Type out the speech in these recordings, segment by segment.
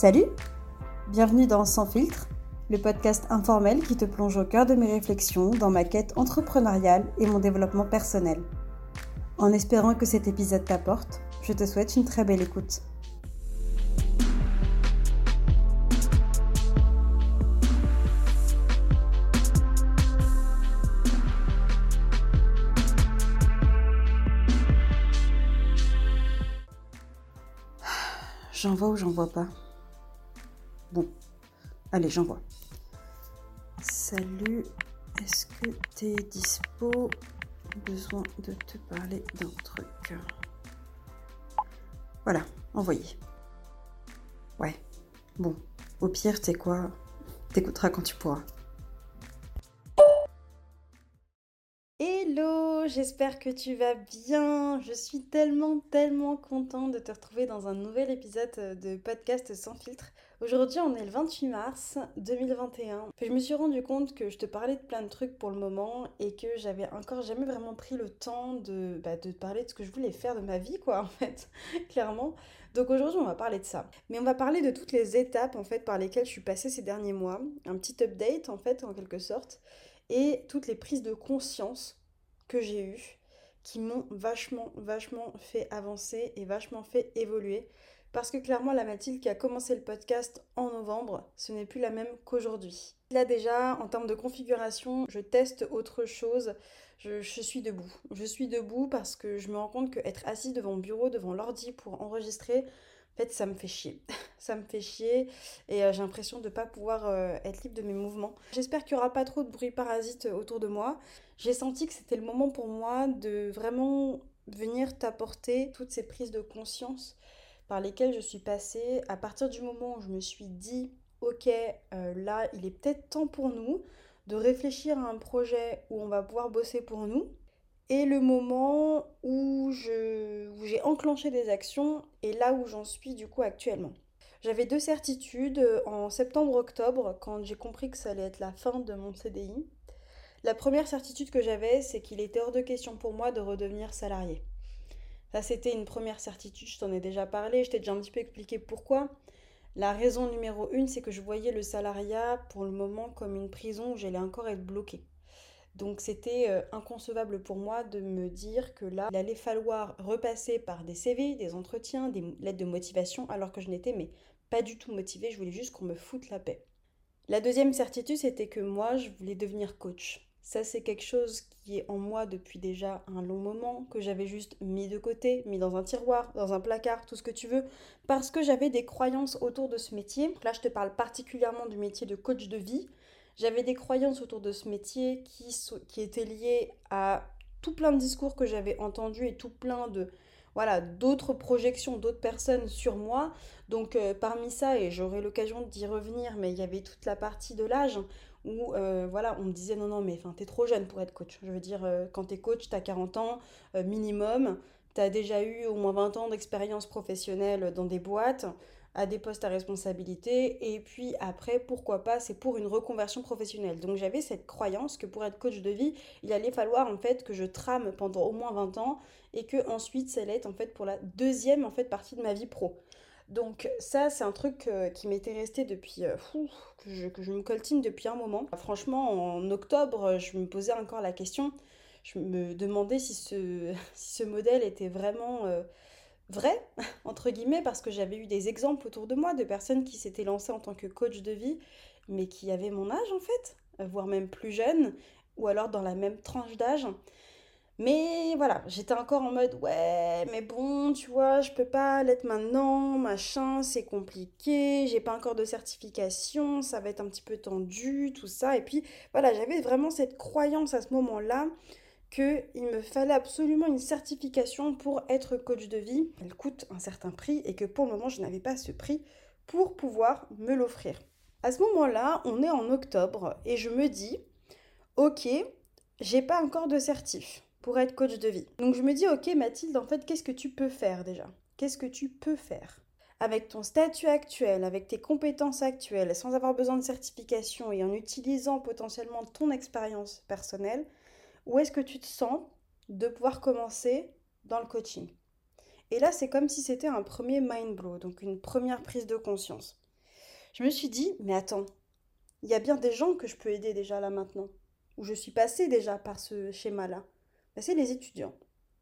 Salut! Bienvenue dans Sans filtre, le podcast informel qui te plonge au cœur de mes réflexions dans ma quête entrepreneuriale et mon développement personnel. En espérant que cet épisode t'apporte, je te souhaite une très belle écoute. J'envoie ou j'envoie pas? Bon, allez, j'envoie. Salut, est-ce que t'es dispo? Besoin de te parler d'un truc. Voilà, envoyé. Ouais, bon, au pire, tu sais quoi? T'écouteras quand tu pourras. Hello, j'espère que tu vas bien. Je suis tellement contente de te retrouver dans un nouvel épisode de podcast Sans filtre. Aujourd'hui, on est le 28 mars 2021. Je me suis rendu compte que je te parlais de plein de trucs pour le moment et que j'avais encore jamais vraiment pris le temps de te parler de ce que je voulais faire de ma vie, quoi, en fait, clairement. Donc aujourd'hui, on va parler de ça. Mais on va parler de toutes les étapes, en fait, par lesquelles je suis passée ces derniers mois. Un petit update, en fait, en quelque sorte. Et toutes les prises de conscience que j'ai eues qui m'ont vachement fait avancer et vachement fait évoluer. Parce que clairement, la Mathilde qui a commencé le podcast en novembre, ce n'est plus la même qu'aujourd'hui. Là déjà, en termes de configuration, je teste autre chose. Je suis debout. Je suis debout parce que je me rends compte qu'être assise devant mon bureau, devant l'ordi pour enregistrer, en fait, ça me fait chier. Ça me fait chier et j'ai l'impression de ne pas pouvoir être libre de mes mouvements. J'espère qu'il n'y aura pas trop de bruit parasite autour de moi. J'ai senti que c'était le moment pour moi de vraiment venir t'apporter toutes ces prises de conscience par lesquelles je suis passée à partir du moment où je me suis dit ok, là, il est peut-être temps pour nous de réfléchir à un projet où on va pouvoir bosser pour nous et le moment où j'ai enclenché des actions et là où j'en suis du coup actuellement. J'avais deux certitudes en septembre-octobre quand j'ai compris que ça allait être la fin de mon CDI. La première certitude que j'avais, c'est qu'il était hors de question pour moi de redevenir salarié. Ça, c'était une première certitude, je t'en ai déjà parlé, je t'ai déjà un petit peu expliqué pourquoi. La raison numéro une, c'est que je voyais le salariat pour le moment comme une prison où j'allais encore être bloquée. Donc c'était inconcevable pour moi de me dire que là, il allait falloir repasser par des CV, des entretiens, des lettres de motivation, alors que je n'étais mais pas du tout motivée, je voulais juste qu'on me foute la paix. La deuxième certitude, c'était que moi, je voulais devenir coach. Ça, c'est quelque chose qui est en moi depuis déjà un long moment, que j'avais juste mis de côté, mis dans un tiroir, dans un placard, tout ce que tu veux, parce que j'avais des croyances autour de ce métier. Là, je te parle particulièrement du métier de coach de vie. J'avais des croyances autour de ce métier qui étaient liées à tout plein de discours que j'avais entendus et tout plein de d'autres projections d'autres personnes sur moi. Donc parmi ça, et j'aurai l'occasion d'y revenir, mais il y avait toute la partie de l'âge où on me disait non mais t'es trop jeune pour être coach. Je veux dire, quand t'es coach, t'as 40 ans minimum, t'as déjà eu au moins 20 ans d'expérience professionnelle dans des boîtes, à des postes à responsabilité, et puis après, pourquoi pas, c'est pour une reconversion professionnelle. Donc j'avais cette croyance que pour être coach de vie, il allait falloir en fait que je trame pendant au moins 20 ans, et que ensuite ça allait être en fait pour la deuxième en fait partie de ma vie pro. Donc ça, c'est un truc qui m'était resté depuis, que je me coltine depuis un moment. Franchement, en octobre, je me posais encore la question. Je me demandais si si ce modèle était vraiment vrai, entre guillemets, parce que j'avais eu des exemples autour de moi de personnes qui s'étaient lancées en tant que coach de vie, mais qui avaient mon âge en fait, voire même plus jeune, ou alors dans la même tranche d'âge. Mais voilà, j'étais encore en mode ouais, mais bon, tu vois, je peux pas l'être maintenant, machin, c'est compliqué, j'ai pas encore de certification, ça va être un petit peu tendu, tout ça. Et puis voilà, j'avais vraiment cette croyance à ce moment-là qu'il me fallait absolument une certification pour être coach de vie. Elle coûte un certain prix et que pour le moment, je n'avais pas ce prix pour pouvoir me l'offrir. À ce moment-là, on est en octobre et je me dis, ok, j'ai pas encore de certif pour être coach de vie. Donc je me dis, ok Mathilde, en fait, qu'est-ce que tu peux faire déjà? Qu'est-ce que tu peux faire? Avec ton statut actuel, avec tes compétences actuelles, sans avoir besoin de certification et en utilisant potentiellement ton expérience personnelle, où est-ce que tu te sens de pouvoir commencer dans le coaching? Et là, c'est comme si c'était un premier mind blow, donc une première prise de conscience. Je me suis dit, mais attends, il y a bien des gens que je peux aider déjà là maintenant, où je suis passée déjà par ce schéma-là. Ben, c'est les étudiants.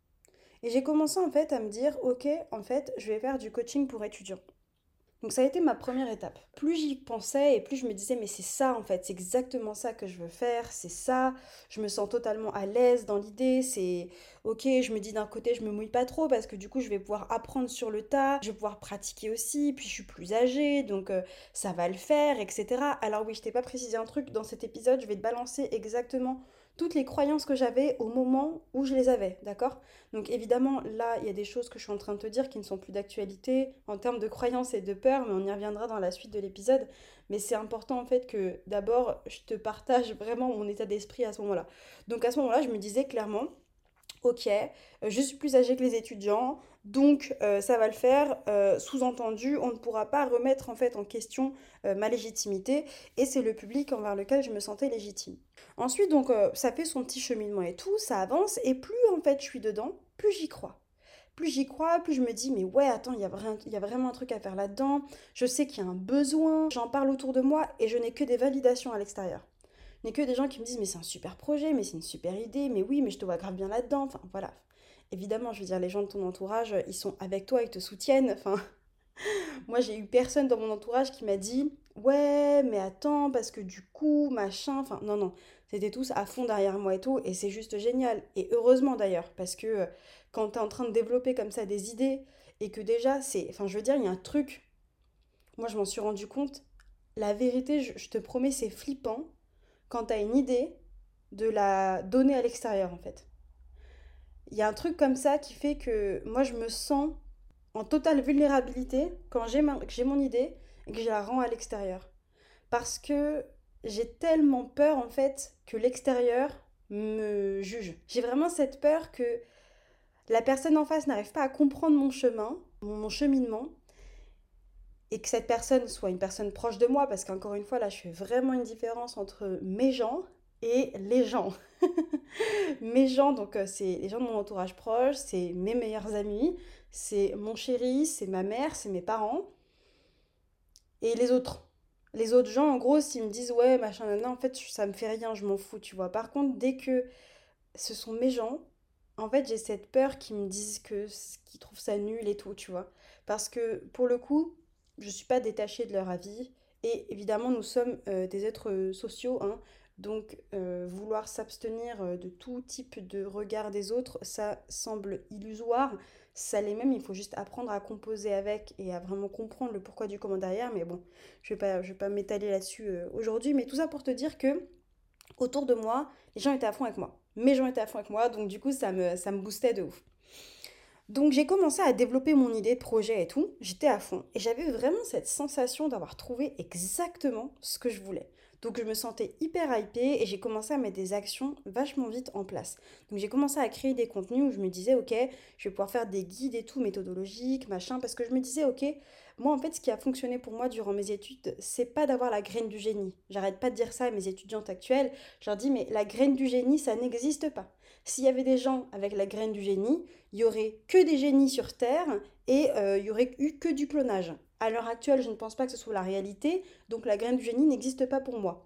Et j'ai commencé en fait à me dire, ok, en fait, je vais faire du coaching pour étudiants. Donc ça a été ma première étape. Plus j'y pensais et plus je me disais mais c'est ça en fait, c'est exactement ça que je veux faire, c'est ça. Je me sens totalement à l'aise dans l'idée, c'est ok, je me dis d'un côté je me mouille pas trop parce que du coup je vais pouvoir apprendre sur le tas, je vais pouvoir pratiquer aussi, puis je suis plus âgée donc ça va le faire, etc. Alors oui, je t'ai pas précisé un truc, dans cet épisode je vais te balancer exactement toutes les croyances que j'avais au moment où je les avais, d'accord? Donc évidemment, là, il y a des choses que je suis en train de te dire qui ne sont plus d'actualité en termes de croyances et de peur, mais on y reviendra dans la suite de l'épisode. Mais c'est important en fait que d'abord, je te partage vraiment mon état d'esprit à ce moment-là. Donc à ce moment-là, je me disais clairement, ok, je suis plus âgée que les étudiants, donc ça va le faire. Sous-entendu, on ne pourra pas remettre en fait en question ma légitimité, et c'est le public envers lequel je me sentais légitime. Ensuite, donc ça fait son petit cheminement et tout, ça avance, et plus en fait je suis dedans, plus j'y crois. Plus j'y crois, plus je me dis, mais ouais, attends, il y a vraiment un truc à faire là-dedans, je sais qu'il y a un besoin, j'en parle autour de moi, et je n'ai que des validations à l'extérieur. Je n'ai que des gens qui me disent, mais c'est un super projet, mais c'est une super idée, mais oui, mais je te vois grave bien là-dedans, enfin voilà. Évidemment, je veux dire, les gens de ton entourage, ils sont avec toi, ils te soutiennent, enfin, moi, j'ai eu personne dans mon entourage qui m'a dit ouais, mais attends, parce que du coup, machin. Enfin, non, non. C'était tous à fond derrière moi et tout. Et c'est juste génial. Et heureusement d'ailleurs, parce que quand t'es en train de développer comme ça des idées et que déjà, c'est. Enfin, je veux dire, il y a un truc. Moi, je m'en suis rendu compte. La vérité, je te promets, c'est flippant quand t'as une idée de la donner à l'extérieur en fait. Il y a un truc comme ça qui fait que moi, je me sens en totale vulnérabilité quand j'ai mon idée et que je la rends à l'extérieur. Parce que j'ai tellement peur en fait que l'extérieur me juge. J'ai vraiment cette peur que la personne en face n'arrive pas à comprendre mon chemin, mon cheminement, et que cette personne soit une personne proche de moi, parce qu'encore une fois, là, je fais vraiment une différence entre mes gens et les gens. Mes gens, donc c'est les gens de mon entourage proche, c'est mes meilleurs amis, c'est mon chéri, c'est ma mère, c'est mes parents, et les autres. Les autres gens, en gros, s'ils me disent ouais, machin, nan, en fait, ça me fait rien, je m'en fous, tu vois. Par contre, dès que ce sont mes gens, en fait, j'ai cette peur qu'ils me disent qu'ils trouvent ça nul et tout, tu vois. Parce que pour le coup, je suis pas détachée de leur avis. Et évidemment, nous sommes des êtres sociaux, hein. Donc, vouloir s'abstenir de tout type de regard des autres, ça semble illusoire. Ça l'est même, il faut juste apprendre à composer avec et à vraiment comprendre le pourquoi du comment derrière. Mais bon, je vais pas m'étaler là-dessus aujourd'hui. Mais tout ça pour te dire que autour de moi, les gens étaient à fond avec moi. Mes gens étaient à fond avec moi, donc du coup, ça me boostait de ouf. Donc j'ai commencé à développer mon idée de projet et tout, j'étais à fond, et j'avais vraiment cette sensation d'avoir trouvé exactement ce que je voulais. Donc je me sentais hyper hypée et j'ai commencé à mettre des actions vachement vite en place. Donc j'ai commencé à créer des contenus où je me disais ok, je vais pouvoir faire des guides et tout, méthodologiques, machin, parce que je me disais ok, moi en fait ce qui a fonctionné pour moi durant mes études, c'est pas d'avoir la graine du génie. J'arrête pas de dire ça à mes étudiantes actuelles, je leur dis mais la graine du génie ça n'existe pas. S'il y avait des gens avec la graine du génie, il y aurait que des génies sur Terre et il y aurait eu que du clonage. À l'heure actuelle, je ne pense pas que ce soit la réalité, donc la graine du génie n'existe pas pour moi.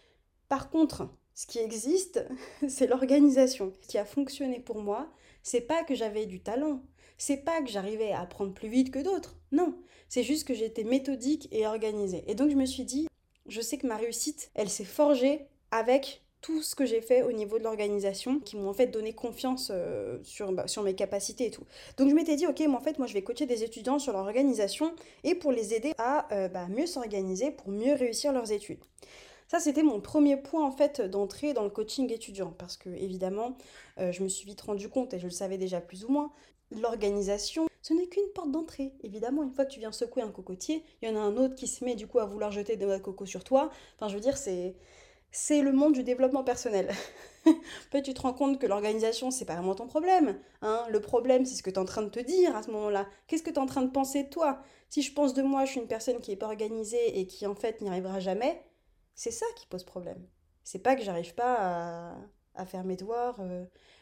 Par contre, ce qui existe, c'est l'organisation. Ce qui a fonctionné pour moi, c'est pas que j'avais du talent, c'est pas que j'arrivais à apprendre plus vite que d'autres. Non, c'est juste que j'étais méthodique et organisée. Et donc je me suis dit, je sais que ma réussite, elle s'est forgée avec tout ce que j'ai fait au niveau de l'organisation, qui m'ont en fait donné confiance sur mes capacités et tout. Donc je m'étais dit, ok, mais en fait, moi je vais coacher des étudiants sur leur organisation et pour les aider à mieux s'organiser, pour mieux réussir leurs études. Ça, c'était mon premier point en fait d'entrée dans le coaching étudiant parce que évidemment, je me suis vite rendu compte et je le savais déjà plus ou moins, l'organisation, ce n'est qu'une porte d'entrée. Évidemment, une fois que tu viens secouer un cocotier, il y en a un autre qui se met du coup à vouloir jeter des noix de coco sur toi. Enfin, je veux dire, c'est le monde du développement personnel. Peut-être tu te rends compte que l'organisation, c'est pas vraiment ton problème. Hein. Le problème, c'est ce que tu es en train de te dire à ce moment-là. Qu'est-ce que tu es en train de penser de toi? Si je pense de moi, je suis une personne qui n'est pas organisée et qui en fait n'y arrivera jamais, c'est ça qui pose problème. C'est pas que j'arrive pas à faire mes devoirs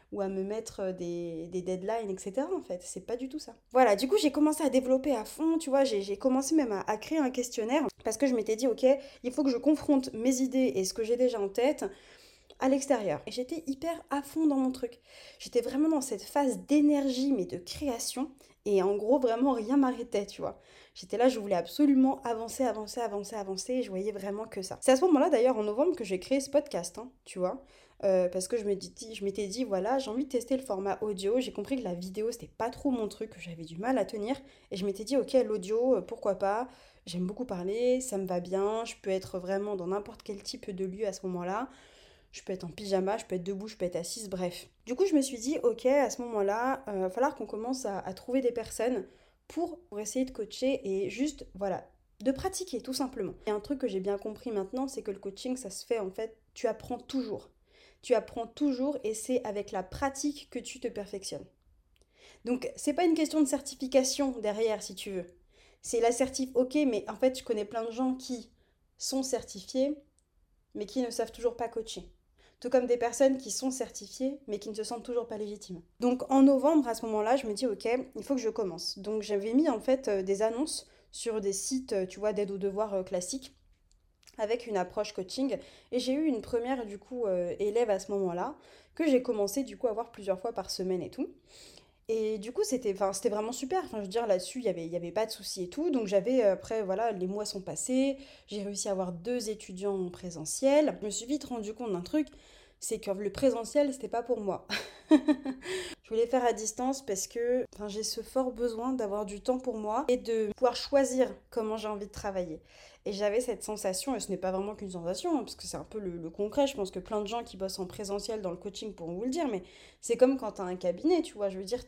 ou à me mettre des deadlines, etc. En fait, c'est pas du tout ça. Voilà, du coup, j'ai commencé à développer à fond, tu vois, j'ai commencé même à créer un questionnaire parce que je m'étais dit, ok, il faut que je confronte mes idées et ce que j'ai déjà en tête à l'extérieur. Et j'étais hyper à fond dans mon truc. J'étais vraiment dans cette phase d'énergie, mais de création. Et en gros, vraiment, rien m'arrêtait, tu vois. J'étais là, je voulais absolument avancer, avancer, avancer, avancer. Et je voyais vraiment que ça. C'est à ce moment-là, d'ailleurs, en novembre, que j'ai créé ce podcast, hein, tu vois. Parce que je m'étais dit, voilà, j'ai envie de tester le format audio. J'ai compris que la vidéo, c'était pas trop mon truc, que j'avais du mal à tenir. Et je m'étais dit, ok, l'audio, pourquoi pas. J'aime beaucoup parler, ça me va bien. Je peux être vraiment dans n'importe quel type de lieu à ce moment-là. Je peux être en pyjama, je peux être debout, je peux être assise, bref. Du coup, je me suis dit, ok, à ce moment-là, il va falloir qu'on commence à trouver des personnes pour essayer de coacher et juste, voilà, de pratiquer tout simplement. Et un truc que j'ai bien compris maintenant, c'est que le coaching, ça se fait en fait, tu apprends toujours. Tu apprends toujours et c'est avec la pratique que tu te perfectionnes. Donc, c'est pas une question de certification derrière, si tu veux. C'est la certif, ok, mais en fait, je connais plein de gens qui sont certifiés, mais qui ne savent toujours pas coacher. Tout comme des personnes qui sont certifiées, mais qui ne se sentent toujours pas légitimes. Donc en novembre, à ce moment-là, je me dis, ok, il faut que je commence. Donc j'avais mis en fait des annonces sur des sites, tu vois, d'aide aux devoirs classiques, avec une approche coaching. Et j'ai eu une première, du coup, élève à ce moment-là, que j'ai commencé, du coup, à voir plusieurs fois par semaine et tout. Et du coup, c'était vraiment super. Enfin, je veux dire, là-dessus, il y avait pas de souci et tout. Donc, j'avais, après, voilà, les mois sont passés. J'ai réussi à avoir 2 étudiants en présentiel. Je me suis vite rendu compte d'un truc, c'est que le présentiel, c'était pas pour moi. Je voulais faire à distance parce que enfin, j'ai ce fort besoin d'avoir du temps pour moi et de pouvoir choisir comment j'ai envie de travailler. Et j'avais cette sensation, et ce n'est pas vraiment qu'une sensation, hein, parce que c'est un peu le concret, je pense que plein de gens qui bossent en présentiel dans le coaching pourront vous le dire, mais c'est comme quand tu as un cabinet, tu vois, je veux dire,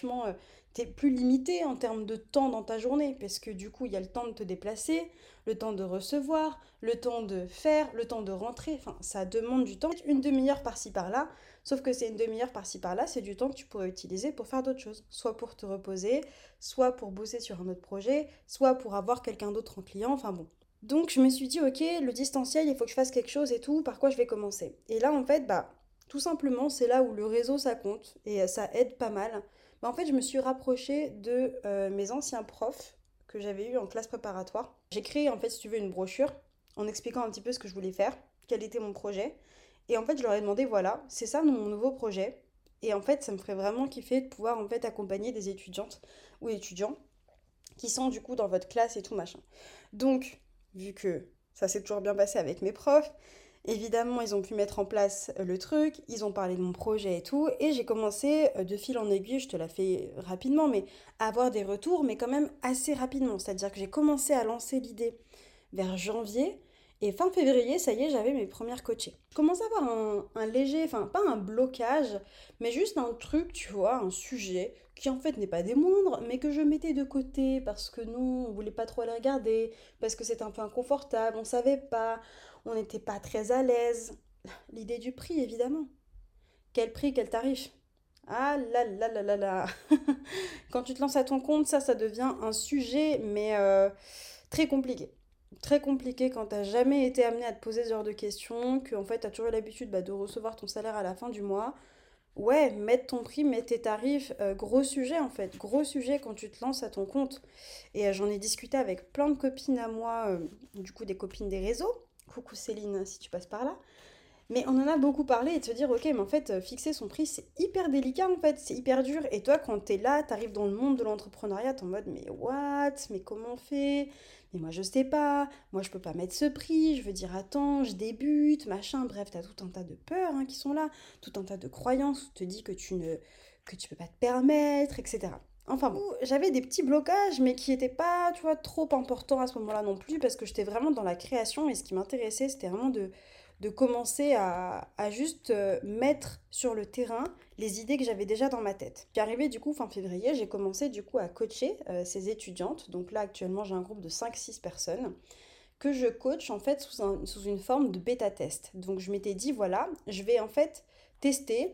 t'es plus limité en termes de temps dans ta journée, parce que du coup, il y a le temps de te déplacer, le temps de recevoir, le temps de faire, le temps de rentrer, enfin, ça demande du temps. Une demi-heure par-ci par-là, sauf que c'est une demi-heure par-ci par-là, c'est du temps que tu pourrais utiliser pour faire d'autres choses. Soit pour te reposer, soit pour bosser sur un autre projet, soit pour avoir quelqu'un d'autre en client, enfin bon. Donc je me suis dit, ok, le distanciel, il faut que je fasse quelque chose et tout, par quoi je vais commencer. Et là, en fait, bah, tout simplement, c'est là où le réseau, ça compte et ça aide pas mal. Bah, en fait, je me suis rapprochée de mes anciens profs que j'avais eu en classe préparatoire. J'ai créé, en fait, si tu veux, une brochure en expliquant un petit peu ce que je voulais faire, quel était mon projet. Et en fait, je leur ai demandé, voilà, c'est ça mon nouveau projet. Et en fait, ça me ferait vraiment kiffer de pouvoir en fait accompagner des étudiantes ou étudiants qui sont du coup dans votre classe et tout machin. Donc, vu que ça s'est toujours bien passé avec mes profs, évidemment, ils ont pu mettre en place le truc, ils ont parlé de mon projet et tout, et j'ai commencé de fil en aiguille, je te la fais rapidement, mais à avoir des retours, mais quand même assez rapidement. C'est-à-dire que j'ai commencé à lancer l'idée vers janvier. Et fin février, ça y est, j'avais mes premières coachées. Je commençais à avoir un léger, enfin pas un blocage, mais juste un truc, tu vois, un sujet qui en fait n'est pas des moindres, mais que je mettais de côté parce que nous, on voulait pas trop aller regarder, parce que c'était un peu inconfortable, on savait pas, on n'était pas très à l'aise. L'idée du prix, évidemment. Quel prix, quel tarif? Ah là là là là là. Quand tu te lances à ton compte, ça devient un sujet, mais très compliqué. Très compliqué quand t'as jamais été amené à te poser ce genre de questions, que en fait t'as toujours eu l'habitude de recevoir ton salaire à la fin du mois. Ouais, mettre ton prix, mettre tes tarifs, gros sujet en fait, gros sujet quand tu te lances à ton compte. Et j'en ai discuté avec plein de copines à moi, du coup des copines des réseaux. Coucou Céline, si tu passes par là. Mais on en a beaucoup parlé et de se dire, ok, mais en fait, fixer son prix, c'est hyper délicat en fait, c'est hyper dur. Et toi, quand t'es là, t'arrives dans le monde de l'entrepreneuriat, t'es en mode, mais what? Mais comment on fait? Mais moi, je sais pas, moi, je peux pas mettre ce prix, je veux dire, attends, je débute, machin. Bref, t'as tout un tas de peurs hein, qui sont là, tout un tas de croyances où tu te dis que tu peux pas te permettre, etc. Enfin bon, j'avais des petits blocages, mais qui étaient pas, tu vois, trop importants à ce moment-là non plus, parce que j'étais vraiment dans la création et ce qui m'intéressait, c'était vraiment de commencer à juste mettre sur le terrain les idées que j'avais déjà dans ma tête. Puis arrivé du coup fin février, j'ai commencé du coup à coacher ces étudiantes. Donc là actuellement j'ai un groupe de 5 6 personnes que je coach en fait sous une forme de bêta-test. Donc je m'étais dit voilà, je vais en fait tester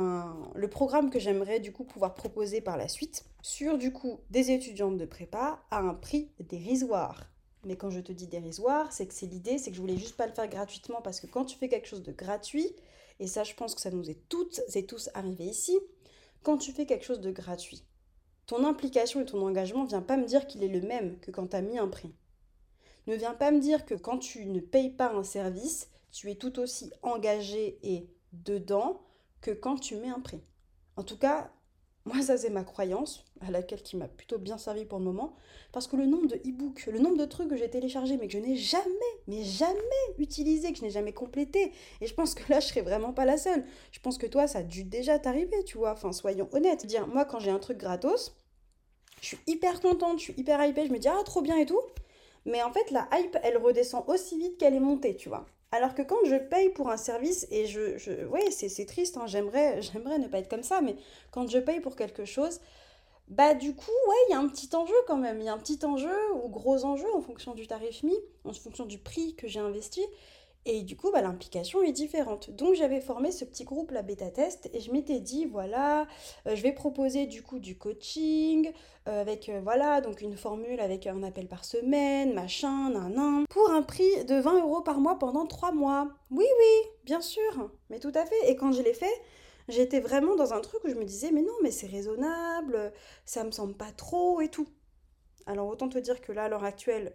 le programme que j'aimerais du coup pouvoir proposer par la suite sur du coup des étudiantes de prépa à un prix dérisoire. Mais quand je te dis dérisoire, c'est que c'est l'idée, c'est que je voulais juste pas le faire gratuitement parce que quand tu fais quelque chose de gratuit, et ça je pense que ça nous est toutes et tous arrivé ici, quand tu fais quelque chose de gratuit, ton implication et ton engagement, viens pas me dire qu'il est le même que quand tu as mis un prix. Ne viens pas me dire que quand tu ne payes pas un service, tu es tout aussi engagé et dedans que quand tu mets un prix. En tout cas, moi ça c'est ma croyance, à laquelle qui m'a plutôt bien servi pour le moment, parce que le nombre de e-books, le nombre de trucs que j'ai téléchargés mais que je n'ai jamais, mais jamais utilisé, que je n'ai jamais complété, et je pense que là je serais vraiment pas la seule. Je pense que toi ça a dû déjà t'arriver, tu vois, enfin soyons honnêtes. Dire, moi quand j'ai un truc gratos, je suis hyper contente, je suis hyper hypée, je me dis ah trop bien et tout, mais en fait, la hype, elle redescend aussi vite qu'elle est montée, tu vois. Alors que quand je paye pour un service, et ouais, c'est triste, hein, j'aimerais ne pas être comme ça, mais quand je paye pour quelque chose, bah du coup, ouais, il y a un petit enjeu quand même. Il y a un petit enjeu ou gros enjeu en fonction du tarif mis, en fonction du prix que j'ai investi. Et du coup, bah, l'implication est différente. Donc j'avais formé ce petit groupe, la bêta test, et je m'étais dit, voilà, je vais proposer du coup du coaching, avec, voilà, donc une formule avec un appel par semaine, machin, nan, pour un prix de 20 € par mois pendant 3 mois. Oui, oui, bien sûr, mais tout à fait. Et quand je l'ai fait, j'étais vraiment dans un truc où je me disais, mais non, mais c'est raisonnable, ça me semble pas trop et tout. Alors autant te dire que là, à l'heure actuelle,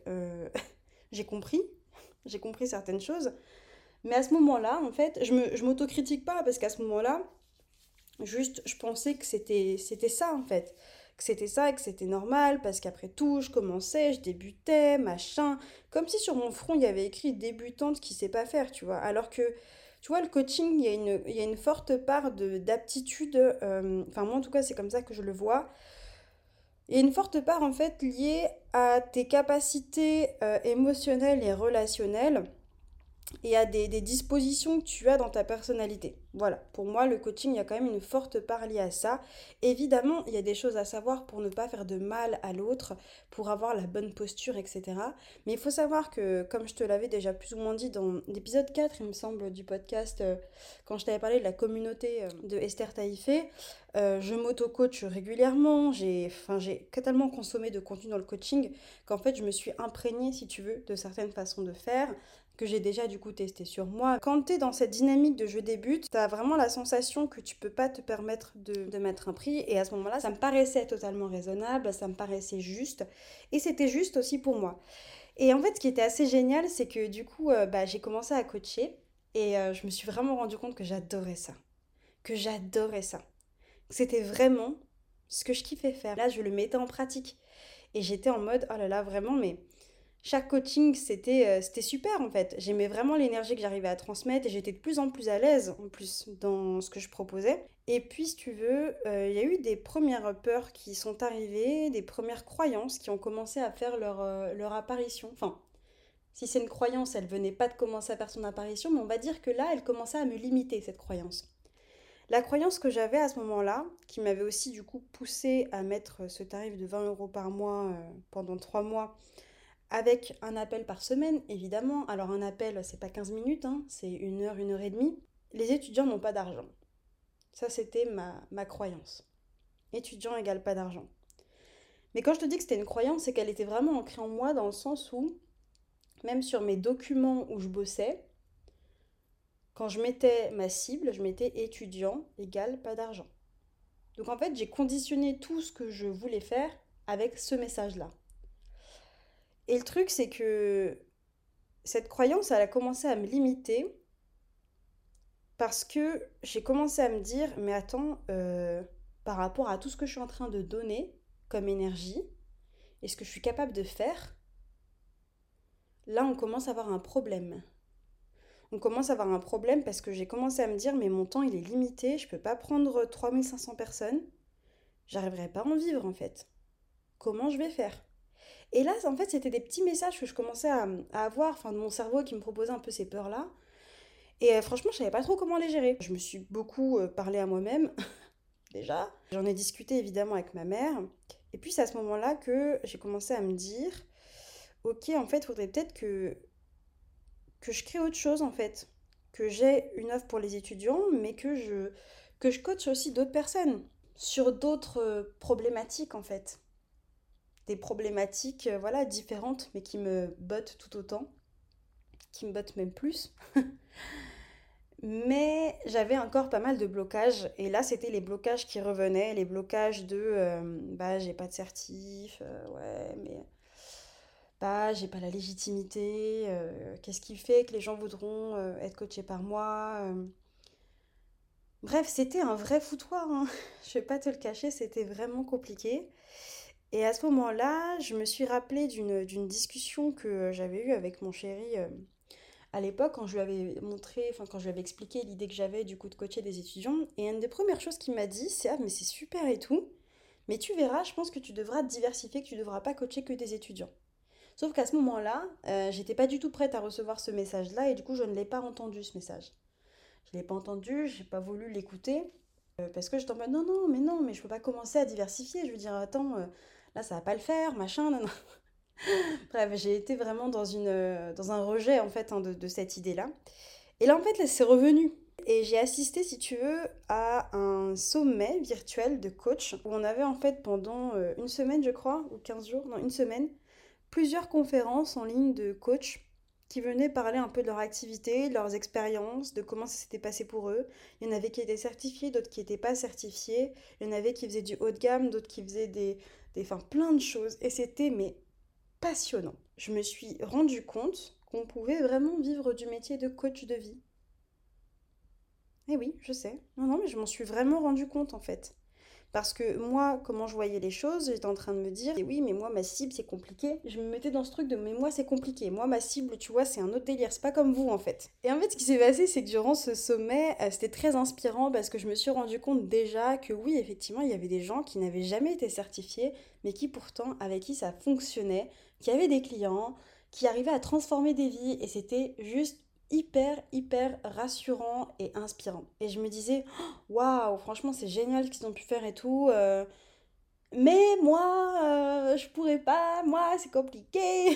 j'ai compris, j'ai compris certaines choses. Mais à ce moment-là, en fait, je m'autocritique pas parce qu'à ce moment-là, juste, je pensais que c'était ça, en fait. Que c'était ça et que c'était normal parce qu'après tout, je commençais, je débutais, machin. Comme si sur mon front, il y avait écrit débutante qui sait pas faire, tu vois. Alors que, tu vois, le coaching, il y a une forte part d'aptitude. Enfin, moi, en tout cas, c'est comme ça que je le vois. Il y a une forte part, en fait, liée à tes capacités émotionnelles et relationnelles et à des dispositions que tu as dans ta personnalité. Voilà, pour moi, le coaching, il y a quand même une forte part liée à ça. Évidemment, il y a des choses à savoir pour ne pas faire de mal à l'autre, pour avoir la bonne posture, etc. Mais il faut savoir que, comme je te l'avais déjà plus ou moins dit dans l'épisode 4, il me semble, du podcast, quand je t'avais parlé de la communauté de Esther Taïfé, je m'auto-coach régulièrement, j'ai tellement consommé de contenu dans le coaching qu'en fait je me suis imprégnée, si tu veux, de certaines façons de faire, que j'ai déjà du coup testé sur moi. Quand tu es dans cette dynamique de je débute, tu as vraiment la sensation que tu peux pas te permettre de mettre un prix, et à ce moment-là, ça me paraissait totalement raisonnable, ça me paraissait juste, et c'était juste aussi pour moi. Et en fait, ce qui était assez génial, c'est que du coup, bah, j'ai commencé à coacher, et je me suis vraiment rendu compte que j'adorais ça. Que j'adorais ça. C'était vraiment ce que je kiffais faire. Là, je le mettais en pratique. Et j'étais en mode, oh là là, vraiment, mais chaque coaching, c'était super en fait. J'aimais vraiment l'énergie que j'arrivais à transmettre et j'étais de plus en plus à l'aise en plus dans ce que je proposais. Et puis, si tu veux, il y a eu des premières peurs qui sont arrivées, des premières croyances qui ont commencé à faire leur apparition. Enfin, si c'est une croyance, elle venait pas de commencer à faire son apparition, mais on va dire que là, elle commençait à me limiter, cette croyance. La croyance que j'avais à ce moment-là, qui m'avait aussi du coup poussé à mettre ce tarif de 20 € par mois pendant 3 mois, avec un appel par semaine, évidemment. Alors un appel, c'est pas 15 minutes, hein, c'est 1 heure et demie. Les étudiants n'ont pas d'argent. Ça, c'était ma croyance. Étudiant égale pas d'argent. Mais quand je te dis que c'était une croyance, c'est qu'elle était vraiment ancrée en moi dans le sens où, même sur mes documents où je bossais, quand je mettais ma cible, je mettais étudiant égale pas d'argent. Donc en fait, j'ai conditionné tout ce que je voulais faire avec ce message-là. Et le truc, c'est que cette croyance, elle a commencé à me limiter parce que j'ai commencé à me dire, mais attends, par rapport à tout ce que je suis en train de donner comme énergie et ce que je suis capable de faire, là, on commence à avoir un problème. On commence à avoir un problème parce que j'ai commencé à me dire, mais mon temps, il est limité, je peux pas prendre 3500 personnes, j'arriverai pas à en vivre en fait. Comment je vais faire? Et là, en fait, c'était des petits messages que je commençais à avoir, enfin, de mon cerveau qui me proposait un peu ces peurs-là. Et franchement, je savais pas trop comment les gérer. Je me suis beaucoup parlé à moi-même, déjà. J'en ai discuté évidemment avec ma mère. Et puis, c'est à ce moment-là que j'ai commencé à me dire, ok, en fait, il faudrait peut-être que je crée autre chose, en fait. Que j'ai une offre pour les étudiants, mais que je coach aussi d'autres personnes sur d'autres problématiques, en fait. Des problématiques, voilà, différentes, mais qui me bottent tout autant, qui me bottent même plus. Mais j'avais encore pas mal de blocages. Et là, c'était les blocages qui revenaient, les blocages de bah, j'ai pas de certif, ouais, mais bah, j'ai pas la légitimité. Qu'est-ce qui fait que les gens voudront être coachés par moi? Bref, c'était un vrai foutoir, hein. Je vais pas te le cacher, c'était vraiment compliqué. Et à ce moment-là, je me suis rappelée d'une discussion que j'avais eue avec mon chéri à l'époque quand je lui avais montré, enfin quand je lui avais expliqué l'idée que j'avais du coup de coacher des étudiants. Et une des premières choses qu'il m'a dit, c'est ah mais c'est super et tout, mais tu verras, je pense que tu devras te diversifier, que tu devras pas coacher que des étudiants. Sauf qu'à ce moment-là, j'étais pas du tout prête à recevoir ce message-là et du coup je ne l'ai pas entendu ce message. Je l'ai pas entendu, j'ai pas voulu l'écouter parce que j'étais en mode non non mais non mais je peux pas commencer à diversifier. Je veux dire attends là ça va pas le faire machin. Non, non. Bref, j'ai été vraiment dans un rejet en fait hein, de cette idée-là. Et là en fait là, c'est revenu. Et j'ai assisté, si tu veux, à un sommet virtuel de coach où on avait en fait pendant une semaine, je crois, ou 15 jours, non, une semaine, plusieurs conférences en ligne de coachs qui venaient parler un peu de leur activité, de leurs expériences, de comment ça s'était passé pour eux. Il y en avait qui étaient certifiés, d'autres qui n'étaient pas certifiés. Il y en avait qui faisaient du haut de gamme, d'autres qui faisaient enfin, plein de choses. Et c'était mais passionnant. Je me suis rendu compte qu'on pouvait vraiment vivre du métier de coach de vie. Eh oui, je sais. Non, non, mais je m'en suis vraiment rendu compte en fait. Parce que moi, comment je voyais les choses, j'étais en train de me dire, et oui, mais moi, ma cible, c'est compliqué. Je me mettais dans ce truc de, mais moi, c'est compliqué. Moi, ma cible, tu vois, c'est un autre délire. C'est pas comme vous, en fait. Et en fait, ce qui s'est passé, c'est que durant ce sommet, c'était très inspirant parce que je me suis rendu compte déjà que oui, effectivement, il y avait des gens qui n'avaient jamais été certifiés, mais qui pourtant, avec qui ça fonctionnait, qui avaient des clients, qui arrivaient à transformer des vies, et c'était juste hyper rassurant et inspirant. Et je me disais, waouh, franchement, c'est génial ce qu'ils ont pu faire et tout. Mais moi, je pourrais pas, moi, c'est compliqué.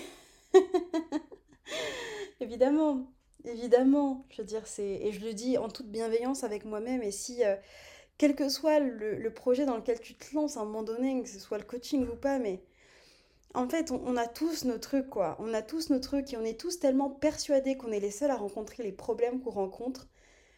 Évidemment, évidemment. Je veux dire, c'est. Et je le dis en toute bienveillance avec moi-même. Et si, quel que soit le projet dans lequel tu te lances à un moment donné, que ce soit le coaching ou pas, mais en fait, on a tous nos trucs, quoi. On a tous nos trucs et on est tous tellement persuadés qu'on est les seuls à rencontrer les problèmes qu'on rencontre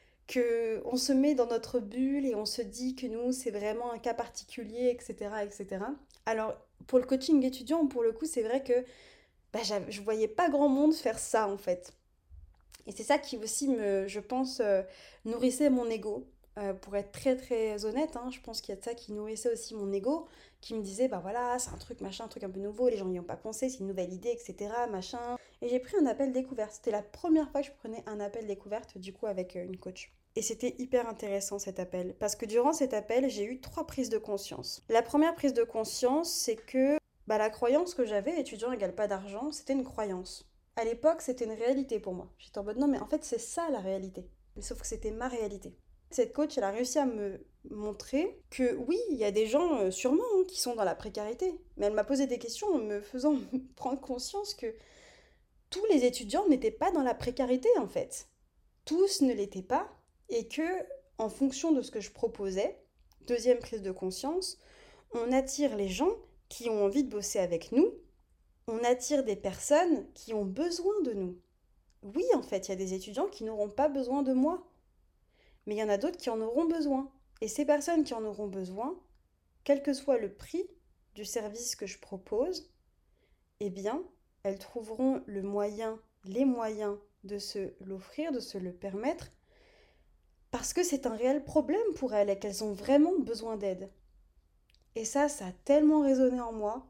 que on se met dans notre bulle et on se dit que nous, c'est vraiment un cas particulier, etc., etc. Alors, pour le coaching étudiant, pour le coup, c'est vrai que bah, je voyais pas grand monde faire ça, en fait. Et c'est ça qui aussi je pense, nourrissait mon ego. Pour être très honnête, hein, je pense qu'il y a de ça qui nourrissait aussi mon ego, qui me disait, bah voilà, c'est un truc machin, un truc un peu nouveau, les gens n'y ont pas pensé, c'est une nouvelle idée, etc. Machin. Et j'ai pris un appel découverte. C'était la première fois que je prenais un appel découverte, du coup, avec une coach. Et c'était hyper intéressant cet appel, parce que durant cet appel, j'ai eu 3 prises de conscience. La première prise de conscience, c'est que bah, la croyance que j'avais, étudiant égale pas d'argent, c'était une croyance. À l'époque, c'était une réalité pour moi. J'étais en mode non, mais en fait, c'est ça la réalité. Mais sauf que c'était ma réalité. Cette coach, elle a réussi à me montrer que oui, il y a des gens, sûrement, hein, qui sont dans la précarité. Mais elle m'a posé des questions en me faisant prendre conscience que tous les étudiants n'étaient pas dans la précarité, en fait. Tous ne l'étaient pas. Et que, en fonction de ce que je proposais, deuxième prise de conscience, on attire les gens qui ont envie de bosser avec nous, on attire des personnes qui ont besoin de nous. Oui, en fait, il y a des étudiants qui n'auront pas besoin de moi, mais il y en a d'autres qui en auront besoin. Et ces personnes qui en auront besoin, quel que soit le prix du service que je propose, eh bien, elles trouveront le moyen, les moyens de se l'offrir, de se le permettre, parce que c'est un réel problème pour elles et qu'elles ont vraiment besoin d'aide. Et ça a tellement résonné en moi.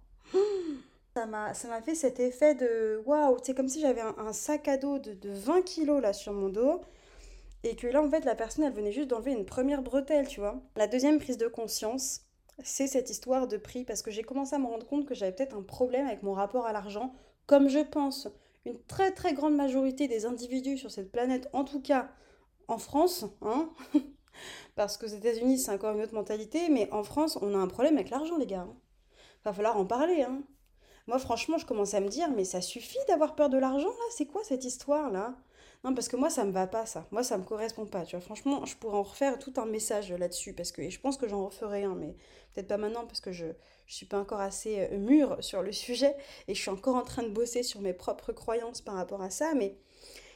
Ça m'a fait cet effet de waouh, c'est comme si j'avais un sac à dos de 20 kilos là sur mon dos et que là en fait la personne elle venait juste d'enlever une première bretelle, tu vois. La deuxième prise de conscience, c'est cette histoire de prix parce que j'ai commencé à me rendre compte que j'avais peut-être un problème avec mon rapport à l'argent, comme je pense une très grande majorité des individus sur cette planète, en tout cas en France, hein, parce qu'aux États-Unis c'est encore une autre mentalité, mais en France on a un problème avec l'argent les gars, hein. Va falloir en parler, hein. Moi, franchement, je commence à me dire, mais ça suffit d'avoir peur de l'argent, là? C'est quoi cette histoire-là? Non, parce que moi, ça me va pas, ça. Moi, ça me correspond pas, tu vois. Franchement, je pourrais en refaire tout un message là-dessus, parce que et je pense que j'en referai un, mais peut-être pas maintenant, parce que je suis pas encore assez mûre sur le sujet, et je suis encore en train de bosser sur mes propres croyances par rapport à ça, mais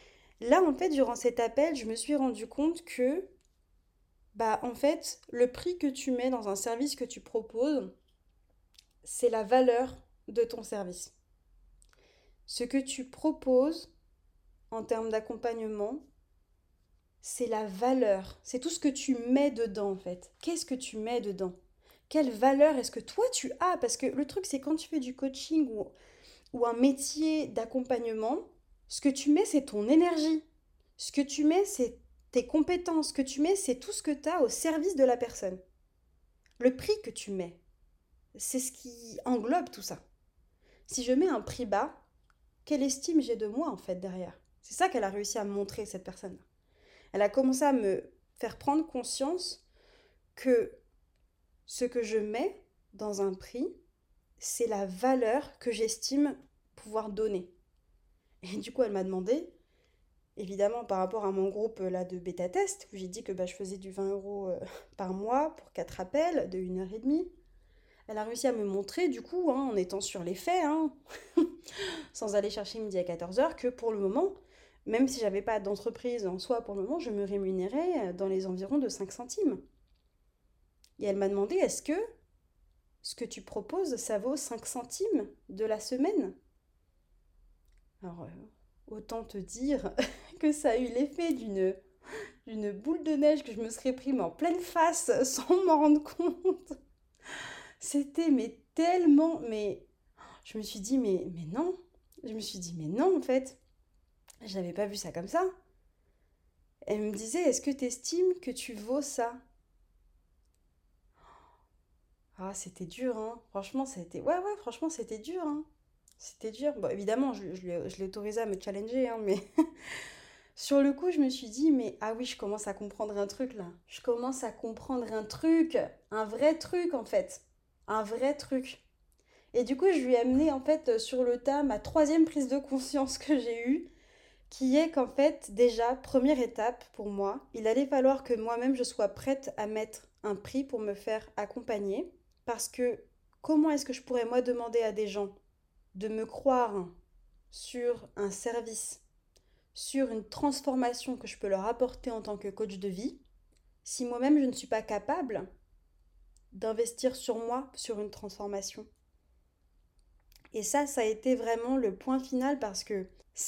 Là, en fait, durant cet appel, je me suis rendu compte que, en fait, le prix que tu mets dans un service que tu proposes, c'est la valeur de ton service. Ce que tu proposes en termes d'accompagnement, c'est la valeur. C'est tout ce que tu mets dedans, en fait. Qu'est-ce que tu mets dedans? Quelle valeur est-ce que toi tu as? Parce que le truc, c'est quand tu fais du coaching ou un métier d'accompagnement, ce que tu mets, c'est ton énergie. Ce que tu mets, c'est tes compétences. Ce que tu mets, c'est tout ce que tu as au service de la personne. Le prix que tu mets, c'est ce qui englobe tout ça. Si je mets un prix bas, quelle estime j'ai de moi en fait derrière? C'est ça qu'elle a réussi à me montrer, cette personne. Elle a commencé à me faire prendre conscience que ce que je mets dans un prix, c'est la valeur que j'estime pouvoir donner. Et du coup, elle m'a demandé, évidemment par rapport à mon groupe là de bêta-test, où j'ai dit que je faisais du 20 € par mois pour 4 appels de 1h30. Elle a réussi à me montrer, du coup, en étant sur les faits, sans aller chercher midi à 14h, que pour le moment, même si j'avais pas d'entreprise en soi pour le moment, je me rémunérais dans les environs de 5 centimes. Et elle m'a demandé, est-ce que ce que tu proposes, ça vaut 5 centimes de la semaine? Alors, autant te dire que ça a eu l'effet d'une boule de neige que je me serais pris en pleine face sans m'en rendre compte. C'était tellement, je me suis dit, mais non. Je me suis dit, mais non, en fait. Je n'avais pas vu ça comme ça. Elle me disait, est-ce que tu estimes que tu vaux ça? Ah, c'était dur, hein. Franchement, ça a été... Ouais, franchement, c'était dur, hein. C'était dur. Bon, évidemment, je l'ai autorisé à me challenger, mais sur le coup, je me suis dit, mais ah oui, je commence à comprendre un truc, là. Je commence à comprendre un truc. Un vrai truc, en fait. Un vrai truc. Et du coup, je lui ai amené, en fait, sur le tas, ma troisième prise de conscience que j'ai eue, qui est qu'en fait, déjà, première étape pour moi, il allait falloir que moi-même je sois prête à mettre un prix pour me faire accompagner. Parce que comment est-ce que je pourrais moi demander à des gens de me croire sur un service, sur une transformation que je peux leur apporter en tant que coach de vie, si moi-même je ne suis pas capable d'investir sur moi, sur une transformation? Et ça a été vraiment le point final parce que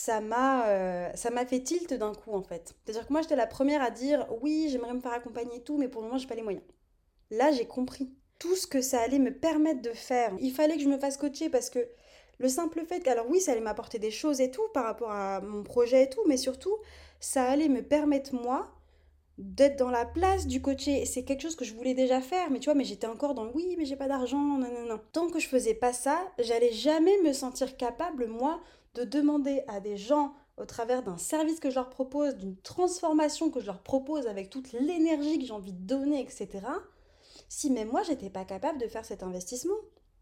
ça m'a fait tilt d'un coup en fait. C'est-à-dire que moi j'étais la première à dire oui, j'aimerais me faire accompagner et tout, mais pour le moment j'ai pas les moyens. Là j'ai compris tout ce que ça allait me permettre de faire. Il fallait que je me fasse coacher parce que le simple fait que, alors oui, ça allait m'apporter des choses et tout par rapport à mon projet et tout, mais surtout ça allait me permettre moi d'être dans la place du coaché. C'est quelque chose que je voulais déjà faire, mais tu vois, mais j'étais encore dans oui, mais j'ai pas d'argent, non, non, non. Tant que je faisais pas ça, j'allais jamais me sentir capable, moi, de demander à des gens, au travers d'un service que je leur propose, d'une transformation que je leur propose avec toute l'énergie que j'ai envie de donner, etc., si même moi, j'étais pas capable de faire cet investissement.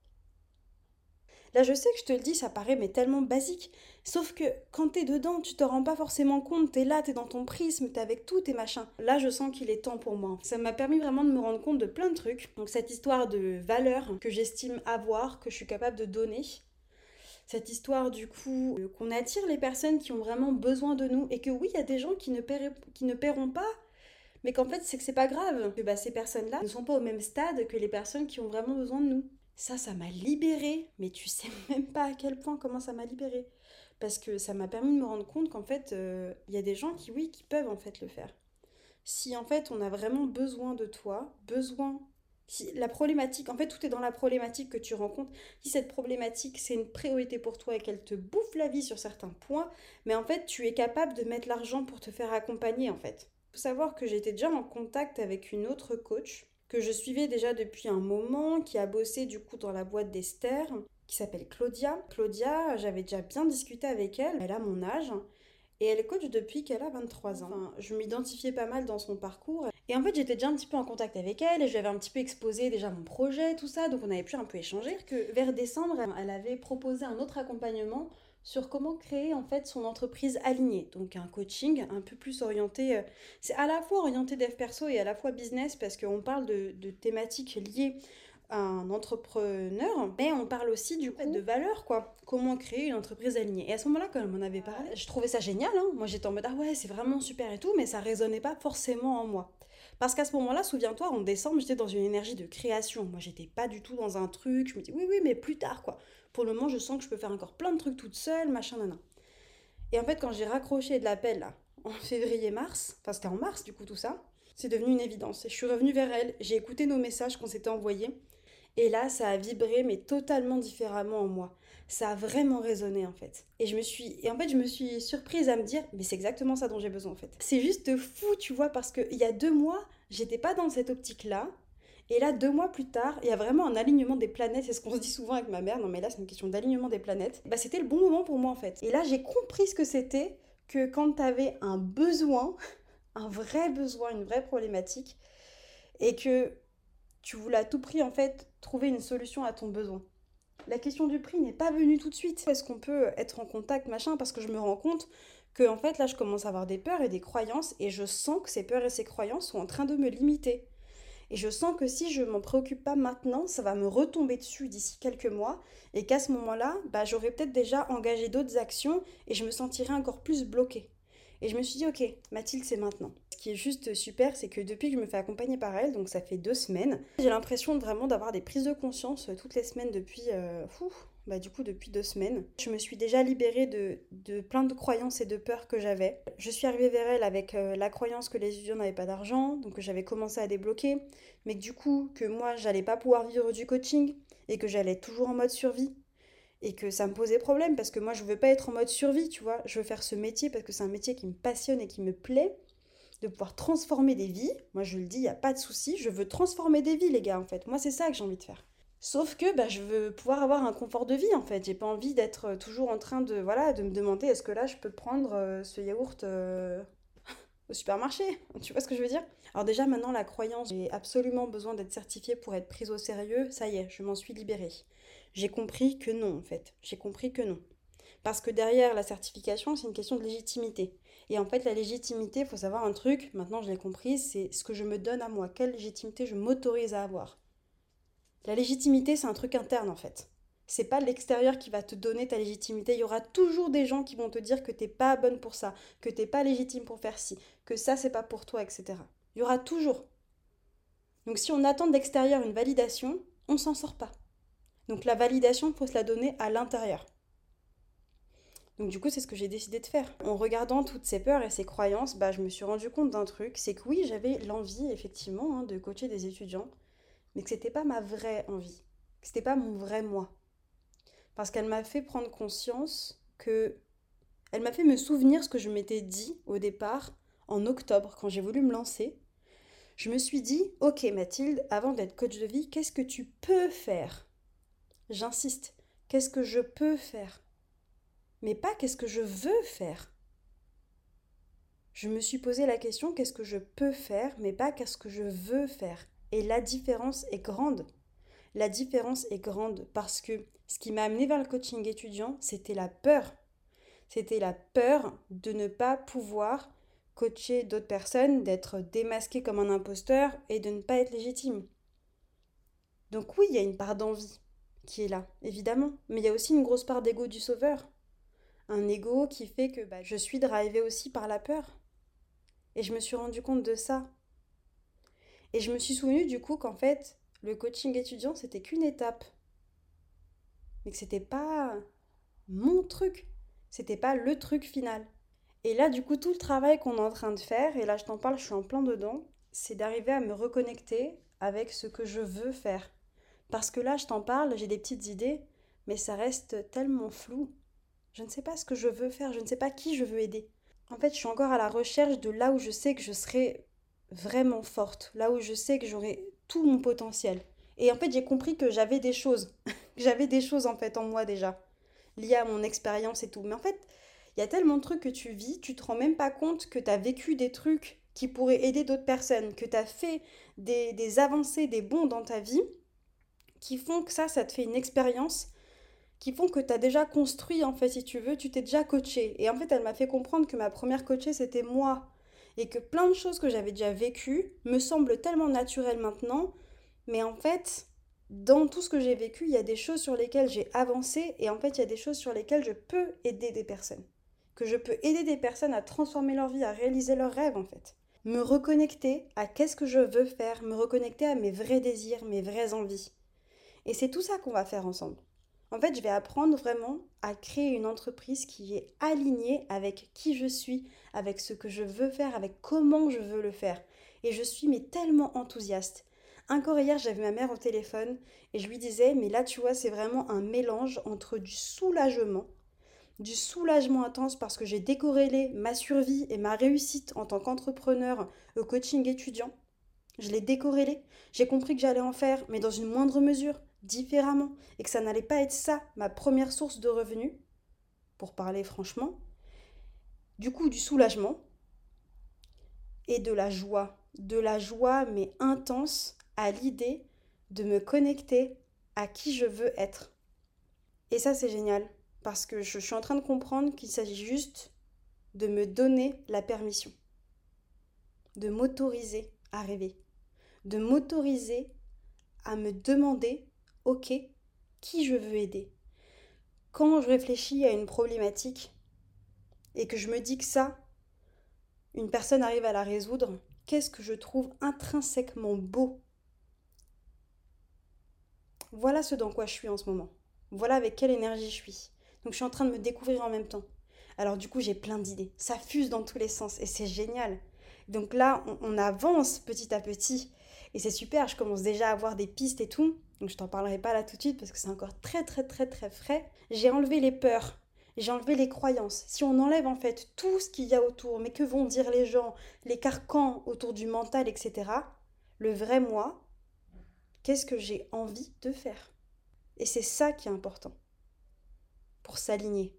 Là, je sais que je te le dis, ça paraît mais tellement basique. Sauf que quand t'es dedans, tu te rends pas forcément compte. T'es là, t'es dans ton prisme, t'es avec tout tes machins. Là, je sens qu'il est temps pour moi. Ça m'a permis vraiment de me rendre compte de plein de trucs. Donc cette histoire de valeur que j'estime avoir, que je suis capable de donner. Cette histoire du coup qu'on attire les personnes qui ont vraiment besoin de nous. Et que oui, il y a des gens qui ne paieront pas. Mais qu'en fait, c'est que c'est pas grave. Que ces personnes-là ne sont pas au même stade que les personnes qui ont vraiment besoin de nous. Ça m'a libérée, mais tu sais même pas à quel point comment ça m'a libérée. Parce que ça m'a permis de me rendre compte qu'en fait, il y a des gens qui, oui, qui peuvent en fait le faire. Si en fait on a vraiment besoin de toi, si la problématique, en fait tout est dans la problématique que tu rencontres. Si cette problématique c'est une priorité pour toi et qu'elle te bouffe la vie sur certains points, mais en fait tu es capable de mettre l'argent pour te faire accompagner en fait. Il faut savoir que j'étais déjà en contact avec une autre coach que je suivais déjà depuis un moment, qui a bossé du coup dans la boîte d'Esther, qui s'appelle Claudia. Claudia, j'avais déjà bien discuté avec elle, elle a mon âge, et elle est coach depuis qu'elle a 23 ans. Enfin, je m'identifiais pas mal dans son parcours. Et en fait, j'étais déjà un petit peu en contact avec elle, et je lui avais un petit peu exposé déjà mon projet, tout ça, donc on avait pu un peu échanger. Que vers décembre, elle avait proposé un autre accompagnement sur comment créer en fait son entreprise alignée. Donc un coaching un peu plus orienté, c'est à la fois orienté dev perso et à la fois business parce qu'on parle de thématiques liées un entrepreneur, mais on parle aussi du coup de valeurs, quoi. Comment créer une entreprise alignée. Et à ce moment-là, quand elle m'en avait parlé, je trouvais ça génial, hein. Moi, j'étais en mode, ah ouais, c'est vraiment super et tout, mais ça résonnait pas forcément en moi. Parce qu'à ce moment-là, souviens-toi, en décembre, j'étais dans une énergie de création. Moi, j'étais pas du tout dans un truc. Je me dis, oui, oui, mais plus tard, quoi. Pour le moment, je sens que je peux faire encore plein de trucs toute seule, machin, nana. Et en fait, quand j'ai raccroché de l'appel, là, en février-mars, enfin, c'était en mars, du coup, tout ça, c'est devenu une évidence. Et je suis revenue vers elle, j'ai écouté nos messages qu'on s'était envoyés. Et là, ça a vibré, mais totalement différemment en moi. Ça a vraiment résonné, en fait. Et en fait, je me suis surprise à me dire, mais c'est exactement ça dont j'ai besoin, en fait. C'est juste fou, tu vois, parce qu'il y a 2 mois, j'étais pas dans cette optique-là. Et là, 2 mois plus tard, il y a vraiment un alignement des planètes. C'est ce qu'on se dit souvent avec ma mère. Non, mais là, c'est une question d'alignement des planètes. Bah, c'était le bon moment pour moi, en fait. Et là, j'ai compris ce que c'était que quand t'avais un besoin, un vrai besoin, une vraie problématique, et que tu voulais à tout prix, en fait, trouver une solution à ton besoin. La question du prix n'est pas venue tout de suite. Est-ce qu'on peut être en contact, machin, parce que je me rends compte que, en fait, là, je commence à avoir des peurs et des croyances, et je sens que ces peurs et ces croyances sont en train de me limiter. Et je sens que si je m'en préoccupe pas maintenant, ça va me retomber dessus d'ici quelques mois, et qu'à ce moment-là, bah, j'aurais peut-être déjà engagé d'autres actions, et je me sentirais encore plus bloquée. Et je me suis dit, ok, Mathilde, c'est maintenant. Ce qui est juste super, c'est que depuis que je me fais accompagner par elle, donc ça fait 2 semaines, j'ai l'impression vraiment d'avoir des prises de conscience toutes les semaines depuis 2 semaines. Je me suis déjà libérée de plein de croyances et de peurs que j'avais. Je suis arrivée vers elle avec la croyance que les étudiants n'avaient pas d'argent, donc que j'avais commencé à débloquer, mais que du coup, que moi, j'allais pas pouvoir vivre du coaching et que j'allais être toujours en mode survie et que ça me posait problème parce que moi je veux pas être en mode survie, tu vois, je veux faire ce métier parce que c'est un métier qui me passionne et qui me plaît, de pouvoir transformer des vies. Moi je le dis, il y a pas de souci, je veux transformer des vies les gars en fait. Moi c'est ça que j'ai envie de faire. Sauf que bah, je veux pouvoir avoir un confort de vie en fait. J'ai pas envie d'être toujours en train de voilà de me demander est-ce que là je peux prendre ce yaourt au supermarché. Tu vois ce que je veux dire? Alors déjà maintenant la croyance, j'ai absolument besoin d'être certifiée pour être prise au sérieux. Ça y est, je m'en suis libérée. J'ai compris que non en fait. J'ai compris que non. Parce que derrière la certification, c'est une question de légitimité. Et en fait, la légitimité, il faut savoir un truc, maintenant je l'ai compris, c'est ce que je me donne à moi, quelle légitimité je m'autorise à avoir. La légitimité, c'est un truc interne en fait. C'est pas l'extérieur qui va te donner ta légitimité. Il y aura toujours des gens qui vont te dire que t'es pas bonne pour ça, que t'es pas légitime pour faire ci, que ça c'est pas pour toi, etc. Il y aura toujours. Donc si on attend de l'extérieur une validation, on s'en sort pas. Donc la validation, il faut se la donner à l'intérieur. Donc du coup, c'est ce que j'ai décidé de faire. En regardant toutes ces peurs et ces croyances, bah, je me suis rendu compte d'un truc, c'est que oui, j'avais l'envie, effectivement, de coacher des étudiants, mais que c'était pas ma vraie envie, que c'était pas mon vrai moi. Parce qu'elle m'a fait prendre conscience que... Elle m'a fait me souvenir ce que je m'étais dit au départ, en octobre, quand j'ai voulu me lancer. Je me suis dit, ok Mathilde, avant d'être coach de vie, qu'est-ce que tu peux faire? J'insiste, qu'est-ce que je peux faire? Mais pas qu'est-ce que je veux faire. Je me suis posé la question qu'est-ce que je peux faire, mais pas qu'est-ce que je veux faire. Et la différence est grande. La différence est grande parce que ce qui m'a amené vers le coaching étudiant, c'était la peur. C'était la peur de ne pas pouvoir coacher d'autres personnes, d'être démasqué comme un imposteur et de ne pas être légitime. Donc oui, il y a une part d'envie qui est là, évidemment, mais il y a aussi une grosse part d'ego du sauveur. Un ego qui fait que je suis drivée aussi par la peur. Et je me suis rendu compte de ça. Et je me suis souvenu du coup qu'en fait, le coaching étudiant, c'était qu'une étape. Mais que c'était pas mon truc. C'était pas le truc final. Et là, du coup, tout le travail qu'on est en train de faire, et là je t'en parle, je suis en plein dedans, c'est d'arriver à me reconnecter avec ce que je veux faire. Parce que là, je t'en parle, j'ai des petites idées, mais ça reste tellement flou. Je ne sais pas ce que je veux faire, je ne sais pas qui je veux aider. En fait, je suis encore à la recherche de là où je sais que je serai vraiment forte, là où je sais que j'aurai tout mon potentiel. Et en fait, j'ai compris que j'avais des choses. J'avais des choses en fait en moi déjà, liées à mon expérience et tout. Mais en fait, il y a tellement de trucs que tu vis, tu te rends même pas compte que tu as vécu des trucs qui pourraient aider d'autres personnes, que tu as fait des avancées, des bonds dans ta vie, qui font que ça te fait une expérience qui font que tu as déjà construit, en fait, si tu veux, tu t'es déjà coachée. Et en fait, elle m'a fait comprendre que ma première coachée, c'était moi. Et que plein de choses que j'avais déjà vécues me semblent tellement naturelles maintenant. Mais en fait, dans tout ce que j'ai vécu, il y a des choses sur lesquelles j'ai avancé et en fait, il y a des choses sur lesquelles je peux aider des personnes. Que je peux aider des personnes à transformer leur vie, à réaliser leurs rêves en fait. Me reconnecter à qu'est-ce que je veux faire, me reconnecter à mes vrais désirs, mes vraies envies. Et c'est tout ça qu'on va faire ensemble. En fait, je vais apprendre vraiment à créer une entreprise qui est alignée avec qui je suis, avec ce que je veux faire, avec comment je veux le faire. Et je suis mais tellement enthousiaste. Encore hier, j'avais ma mère au téléphone et je lui disais, mais là, tu vois, c'est vraiment un mélange entre du soulagement intense parce que j'ai décorrélé ma survie et ma réussite en tant qu'entrepreneur au coaching étudiant. Je l'ai décorrélé. J'ai compris que j'allais en faire, mais dans une moindre mesure, différemment, et que ça n'allait pas être ça, ma première source de revenus, pour parler franchement. Du coup, du soulagement et de la joie mais intense à l'idée de me connecter à qui je veux être. Et ça, c'est génial, parce que je suis en train de comprendre qu'il s'agit juste de me donner la permission, de m'autoriser à rêver, de m'autoriser à me demander, ok, qui je veux aider. Quand je réfléchis à une problématique et que je me dis que ça, une personne arrive à la résoudre, qu'est-ce que je trouve intrinsèquement beau. Voilà ce dans quoi je suis en ce moment. Voilà avec quelle énergie je suis. Donc je suis en train de me découvrir en même temps. Alors du coup j'ai plein d'idées. Ça fuse dans tous les sens et c'est génial. Donc là on avance petit à petit. Et c'est super, je commence déjà à avoir des pistes et tout. Donc je t'en parlerai pas là tout de suite parce que c'est encore très très très très frais. J'ai enlevé les peurs. J'ai enlevé les croyances. Si on enlève en fait tout ce qu'il y a autour, mais que vont dire les gens, les carcans autour du mental, etc., le vrai moi, qu'est-ce que j'ai envie de faire? Et c'est ça qui est important pour s'aligner.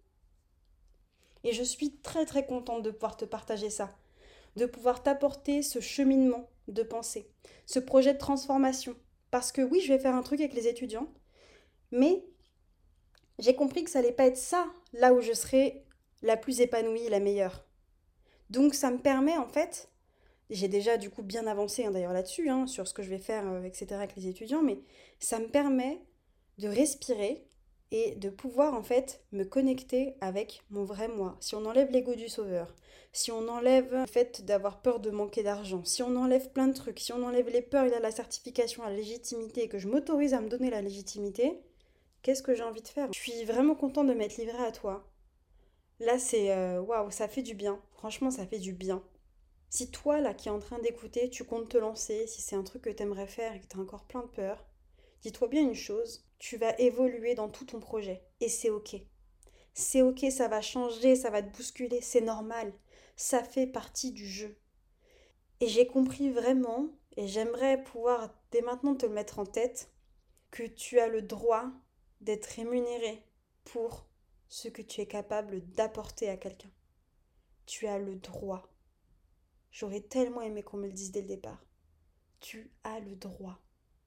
Et je suis très très contente de pouvoir te partager ça, de pouvoir t'apporter ce cheminement de pensée, ce projet de transformation. Parce que oui, je vais faire un truc avec les étudiants, mais j'ai compris que ça allait pas être ça, là où je serai la plus épanouie, la meilleure. Donc ça me permet en fait, j'ai déjà du coup bien avancé d'ailleurs là-dessus, sur ce que je vais faire, etc. avec les étudiants, mais ça me permet de respirer et de pouvoir en fait me connecter avec mon vrai moi. Si on enlève l'ego du sauveur, si on enlève le fait d'avoir peur de manquer d'argent, si on enlève plein de trucs, si on enlève les peurs et la certification, la légitimité, et que je m'autorise à me donner la légitimité, qu'est-ce que j'ai envie de faire? Je suis vraiment contente de m'être livrée à toi. Là, c'est waouh, ça fait du bien. Franchement, ça fait du bien. Si toi, là, qui es en train d'écouter, tu comptes te lancer, si c'est un truc que t'aimerais faire et que t'as encore plein de peur, dis-toi bien une chose, tu vas évoluer dans tout ton projet. Et c'est ok. C'est ok, ça va changer, ça va te bousculer, c'est normal. Ça fait partie du jeu. Et j'ai compris vraiment, et j'aimerais pouvoir dès maintenant te le mettre en tête, que tu as le droit d'être rémunéré pour ce que tu es capable d'apporter à quelqu'un. Tu as le droit. J'aurais tellement aimé qu'on me le dise dès le départ. Tu as le droit.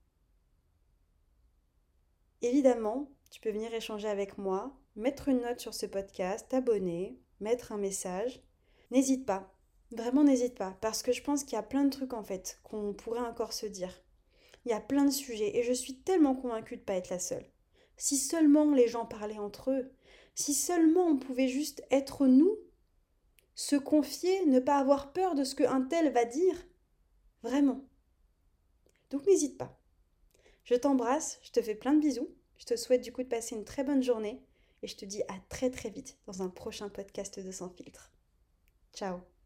Évidemment, tu peux venir échanger avec moi, mettre une note sur ce podcast, t'abonner, mettre un message. N'hésite pas, vraiment n'hésite pas, parce que je pense qu'il y a plein de trucs en fait qu'on pourrait encore se dire. Il y a plein de sujets et je suis tellement convaincue de ne pas être la seule. Si seulement les gens parlaient entre eux, si seulement on pouvait juste être nous, se confier, ne pas avoir peur de ce qu'un tel va dire, vraiment. Donc n'hésite pas. Je t'embrasse, je te fais plein de bisous, je te souhaite du coup de passer une très bonne journée et je te dis à très très vite dans un prochain podcast de Sans Filtre. Ciao.